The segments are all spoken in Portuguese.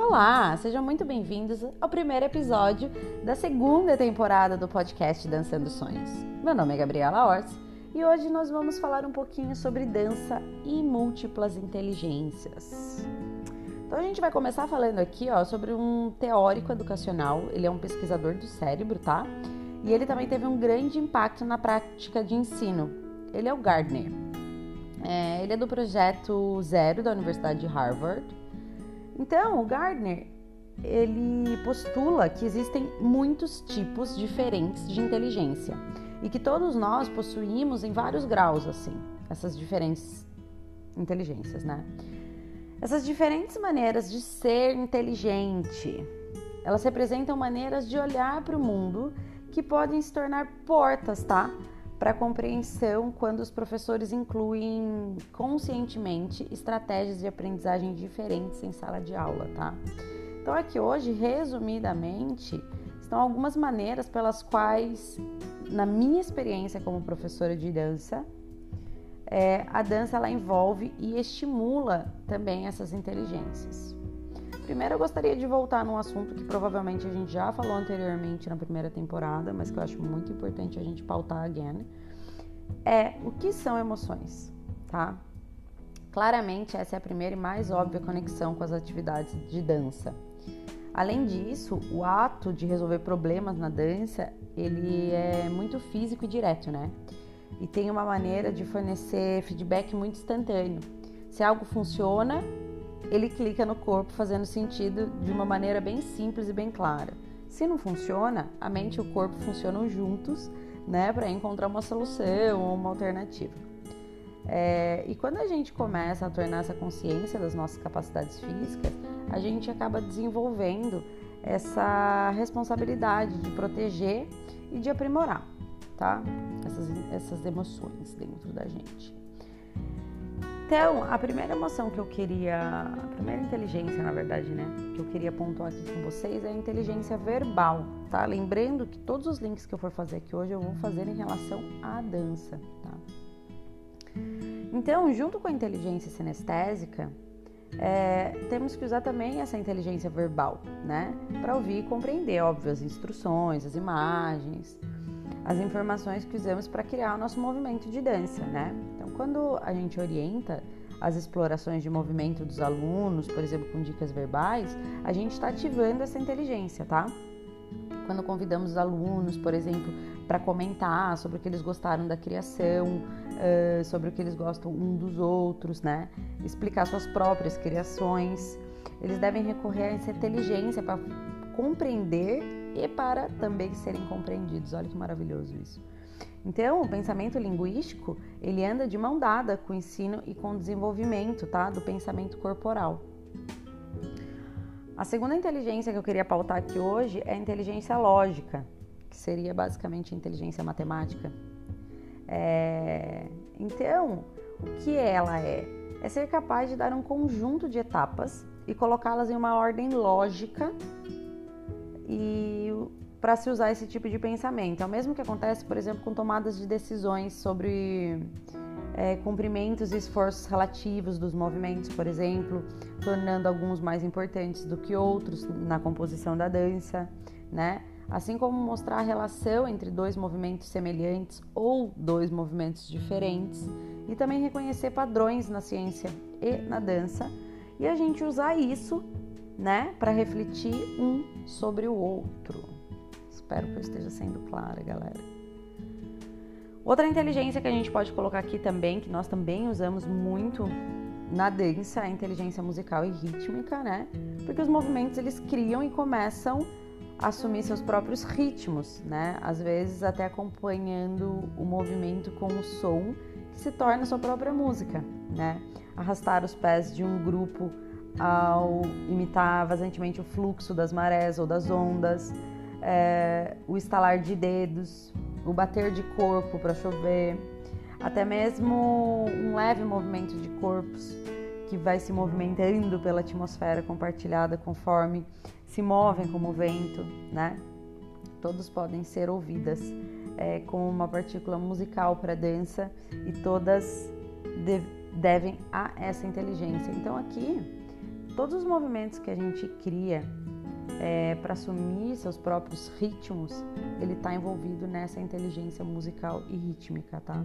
Olá, sejam muito bem-vindos ao primeiro episódio da segunda temporada do podcast Dançando Sonhos. Meu nome é Gabriela Orts e hoje nós vamos falar um pouquinho sobre dança e múltiplas inteligências. Então a gente vai começar falando aqui sobre um teórico educacional, ele é um pesquisador do cérebro, tá? E ele também teve um grande impacto na prática de ensino. Ele é o Gardner. Ele é do projeto Zero da Universidade de Harvard. Então, o Gardner, ele postula que existem muitos tipos diferentes de inteligência e que todos nós possuímos em vários graus, assim, essas diferentes inteligências, né? Essas diferentes maneiras de ser inteligente, elas representam maneiras de olhar para o mundo que podem se tornar portas, tá? Para compreensão quando os professores incluem conscientemente estratégias de aprendizagem diferentes em sala de aula, tá? Então aqui hoje, resumidamente, estão algumas maneiras pelas quais, na minha experiência como professora de dança, a dança ela envolve e estimula também essas inteligências. Primeiro eu gostaria de voltar num assunto que provavelmente a gente já falou anteriormente na primeira temporada, mas que eu acho muito importante a gente pautar again. O que são emoções, tá? Claramente essa é a primeira e mais óbvia conexão com as atividades de dança. Além disso, o ato de resolver problemas na dança, ele é muito físico e direto, né? E tem uma maneira de fornecer feedback muito instantâneo. Se algo funciona, ele clica no corpo fazendo sentido de uma maneira bem simples e bem clara. Se não funciona, a mente e o corpo funcionam juntos, né, para encontrar uma solução ou uma alternativa. E quando a gente começa a tornar essa consciência das nossas capacidades físicas, a gente acaba desenvolvendo essa responsabilidade de proteger e de aprimorar, tá? Essas emoções dentro da gente. Então, a primeira emoção que eu queria, a primeira inteligência, na verdade, né, que eu queria pontuar aqui com vocês é a inteligência verbal, tá? Lembrando que todos os links que eu for fazer aqui hoje eu vou fazer em relação à dança, tá? Então, junto com a inteligência sinestésica, temos que usar também essa inteligência verbal, né, para ouvir e compreender, óbvio, as instruções, as imagens, as informações que usamos para criar o nosso movimento de dança, né? Então, quando a gente orienta as explorações de movimento dos alunos, por exemplo, com dicas verbais, a gente está ativando essa inteligência, tá? Quando convidamos os alunos, por exemplo, para comentar sobre o que eles gostaram da criação, sobre o que eles gostam um dos outros, né? Explicar suas próprias criações, eles devem recorrer a essa inteligência para compreender e para também serem compreendidos. Olha que maravilhoso isso. Então, o pensamento linguístico, ele anda de mão dada com o ensino e com o desenvolvimento, tá, do pensamento corporal. A segunda inteligência que eu queria pautar aqui hoje é a inteligência lógica, que seria basicamente a inteligência matemática. Então, o que ela é? É ser capaz de dar um conjunto de etapas e colocá-las em uma ordem lógica e para se usar esse tipo de pensamento. É o mesmo que acontece, por exemplo, com tomadas de decisões sobre cumprimentos e esforços relativos dos movimentos, por exemplo, tornando alguns mais importantes do que outros na composição da dança, né? Assim como mostrar a relação entre dois movimentos semelhantes ou dois movimentos diferentes e também reconhecer padrões na ciência e na dança e a gente usar isso, né, para refletir um sobre o outro. Espero que eu esteja sendo clara, galera. Outra inteligência que a gente pode colocar aqui também, que nós também usamos muito na dança, é a inteligência musical e rítmica, né? Porque os movimentos, eles criam e começam a assumir seus próprios ritmos, né? Às vezes até acompanhando o movimento com o som, que se torna sua própria música, né? Arrastar os pés de um grupo ao imitar vazantemente o fluxo das marés ou das ondas, o estalar de dedos, o bater de corpo para chover, até mesmo um leve movimento de corpos que vai se movimentando pela atmosfera compartilhada conforme se movem como o vento, né? Todos podem ser ouvidas como uma partícula musical para a dança e todas devem a essa inteligência. Então aqui todos os movimentos que a gente cria para assumir seus próprios ritmos, ele está envolvido nessa inteligência musical e rítmica, tá?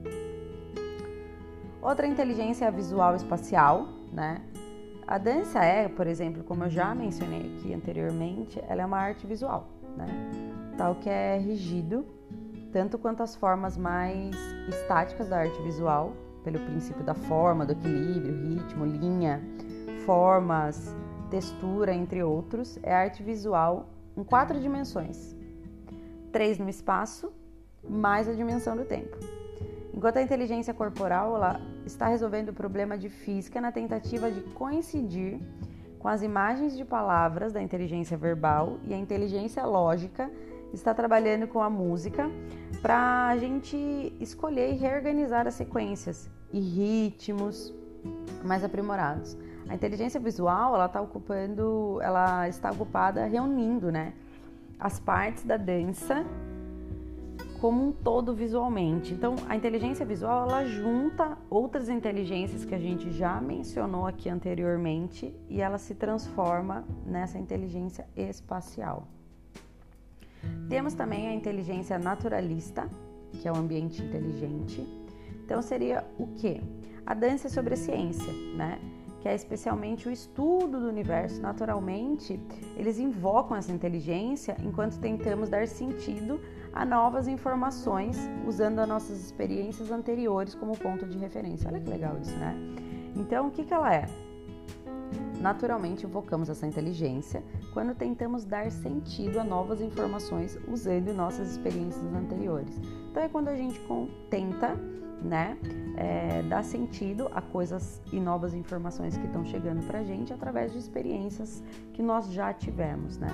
Outra inteligência é a visual espacial, né? A dança por exemplo, como eu já mencionei aqui anteriormente, ela é uma arte visual, né? Tal que é rígido, tanto quanto as formas mais estáticas da arte visual, pelo princípio da forma, do equilíbrio, ritmo, linha, formas, textura, entre outros, é arte visual em 4 dimensões. 3 no espaço, mais a dimensão do tempo. Enquanto a inteligência corporal ela está resolvendo o problema de física na tentativa de coincidir com as imagens de palavras da inteligência verbal, e a inteligência lógica está trabalhando com a música para a gente escolher e reorganizar as sequências e ritmos mais aprimorados. A inteligência visual ela está ocupada reunindo, né, as partes da dança como um todo visualmente. Então, a inteligência visual ela junta outras inteligências que a gente já mencionou aqui anteriormente e ela se transforma nessa inteligência espacial. Temos também a inteligência naturalista, que é o ambiente inteligente. Então, seria o quê? A dança é sobre a ciência, né? Que é especialmente o estudo do universo. Naturalmente, eles invocam essa inteligência enquanto tentamos dar sentido a novas informações usando as nossas experiências anteriores como ponto de referência. Olha que legal isso, né? Então, o que ela é? Naturalmente, invocamos essa inteligência quando tentamos dar sentido a novas informações usando nossas experiências anteriores. Então, é quando a gente tenta, né, dar sentido a coisas e novas informações que estão chegando pra gente através de experiências que nós já tivemos, né?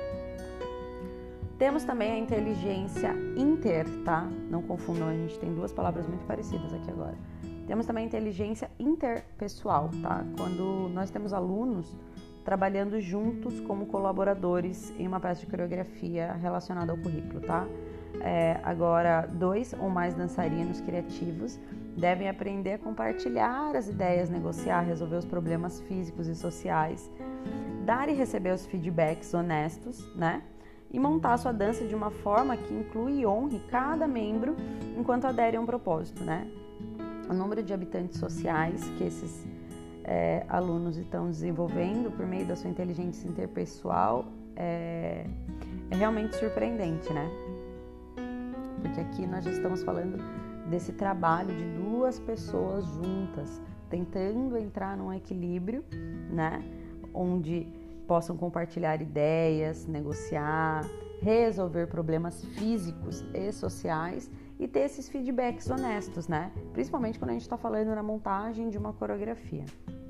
Temos também a inteligência inter, tá? Não confundam, a gente tem 2 palavras muito parecidas aqui agora. Temos também a inteligência interpessoal, tá? Quando nós temos alunos trabalhando juntos como colaboradores em uma peça de coreografia relacionada ao currículo, tá? Agora, 2 ou mais dançarinos criativos devem aprender a compartilhar as ideias, negociar, resolver os problemas físicos e sociais, dar e receber os feedbacks honestos, né? E montar a sua dança de uma forma que inclui e honre cada membro enquanto adere a um propósito, né? O número de habitantes sociais que esses alunos estão desenvolvendo por meio da sua inteligência interpessoal é realmente surpreendente, né? Porque aqui nós já estamos falando desse trabalho de 2 pessoas juntas, tentando entrar num equilíbrio, né? Onde possam compartilhar ideias, negociar, resolver problemas físicos e sociais e ter esses feedbacks honestos, né? Principalmente quando a gente está falando na montagem de uma coreografia.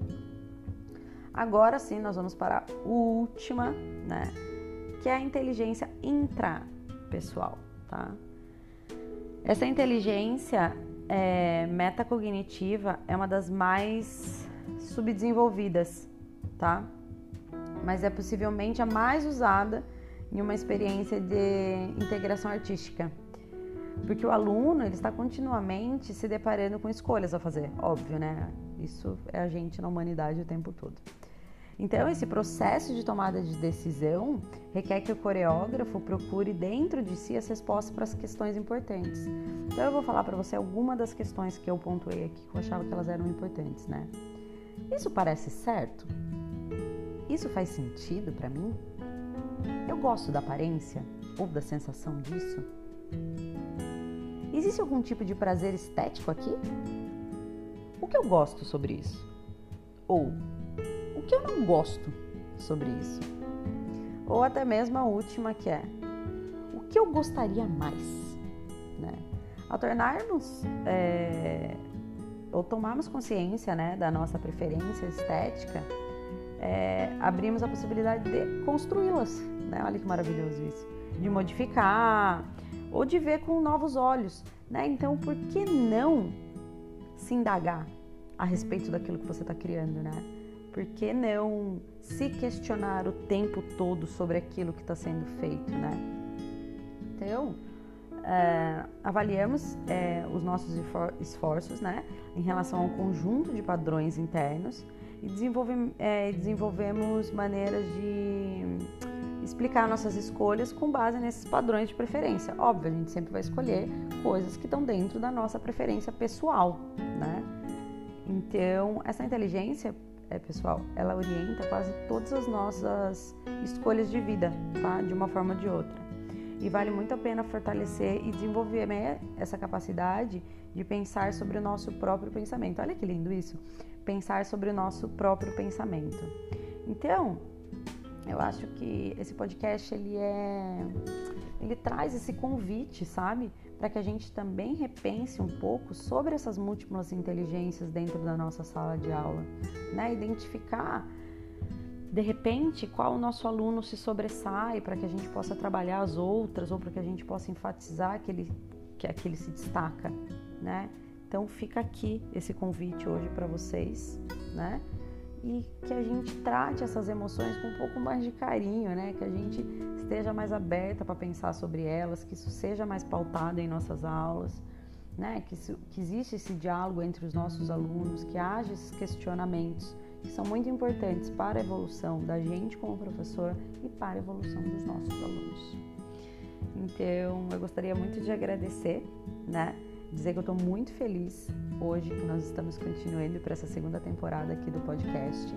Agora sim, nós vamos para a última, né? Que é a inteligência intrapessoal, tá? Essa inteligência metacognitiva é uma das mais subdesenvolvidas, tá? Mas é possivelmente a mais usada em uma experiência de integração artística. Porque o aluno ele está continuamente se deparando com escolhas a fazer, óbvio, né? Isso é a gente na humanidade o tempo todo. Então, esse processo de tomada de decisão requer que o coreógrafo procure dentro de si as respostas para as questões importantes. Então, eu vou falar para você algumas das questões que eu pontuei aqui, que eu achava que elas eram importantes, né? Isso parece certo? Isso faz sentido para mim? Eu gosto da aparência ou da sensação disso? Existe algum tipo de prazer estético aqui? O que eu gosto sobre isso? Ou o que eu não gosto sobre isso? Ou até mesmo a última, que é o que eu gostaria mais, né? Ao tornarmos ou tomarmos consciência, né, da nossa preferência estética, abrimos a possibilidade de construí-las, né? Olha que maravilhoso isso, de modificar ou de ver com novos olhos, né? Então, por que não se indagar a respeito daquilo que você está criando, né? Por que não se questionar o tempo todo sobre aquilo que está sendo feito, né? Então, avaliamos os nossos esforços, né, em relação ao conjunto de padrões internos e desenvolvemos maneiras de explicar nossas escolhas com base nesses padrões de preferência. Óbvio, a gente sempre vai escolher coisas que estão dentro da nossa preferência pessoal, né? Então, essa inteligência, pessoal, ela orienta quase todas as nossas escolhas de vida, tá? De uma forma ou de outra. E vale muito a pena fortalecer e desenvolver essa capacidade de pensar sobre o nosso próprio pensamento. Olha que lindo isso! Pensar sobre o nosso próprio pensamento. Então, eu acho que esse podcast, ele traz esse convite, sabe? Para que a gente também repense um pouco sobre essas múltiplas inteligências dentro da nossa sala de aula, né? Identificar, de repente, qual o nosso aluno se sobressai para que a gente possa trabalhar as outras ou para que a gente possa enfatizar aquele se destaca, né? Então fica aqui esse convite hoje para vocês, né? E que a gente trate essas emoções com um pouco mais de carinho, né? Que a gente esteja mais aberta para pensar sobre elas, que isso seja mais pautado em nossas aulas, né? Que existe esse diálogo entre os nossos alunos, que haja esses questionamentos que são muito importantes para a evolução da gente como professor e para a evolução dos nossos alunos. Então, eu gostaria muito de agradecer, né? Dizer que eu estou muito feliz hoje que nós estamos continuando para essa segunda temporada aqui do podcast.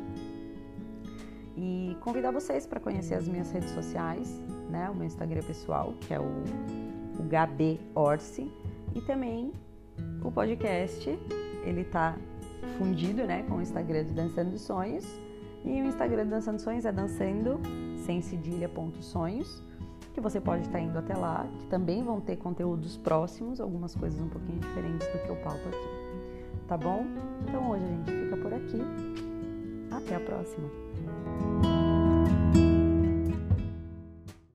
E convidar vocês para conhecer as minhas redes sociais, né? O meu Instagram pessoal, que é o Gabi Orsi, e também o podcast, ele está fundido, né, com o Instagram do Dançando Sonhos, e o Instagram do Dançando Sonhos é dançando, sem cedilha, .sonhos, que você pode estar indo até lá, que também vão ter conteúdos próximos, algumas coisas um pouquinho diferentes do que eu pauto aqui, tá bom? Então hoje a gente fica por aqui, até a próxima!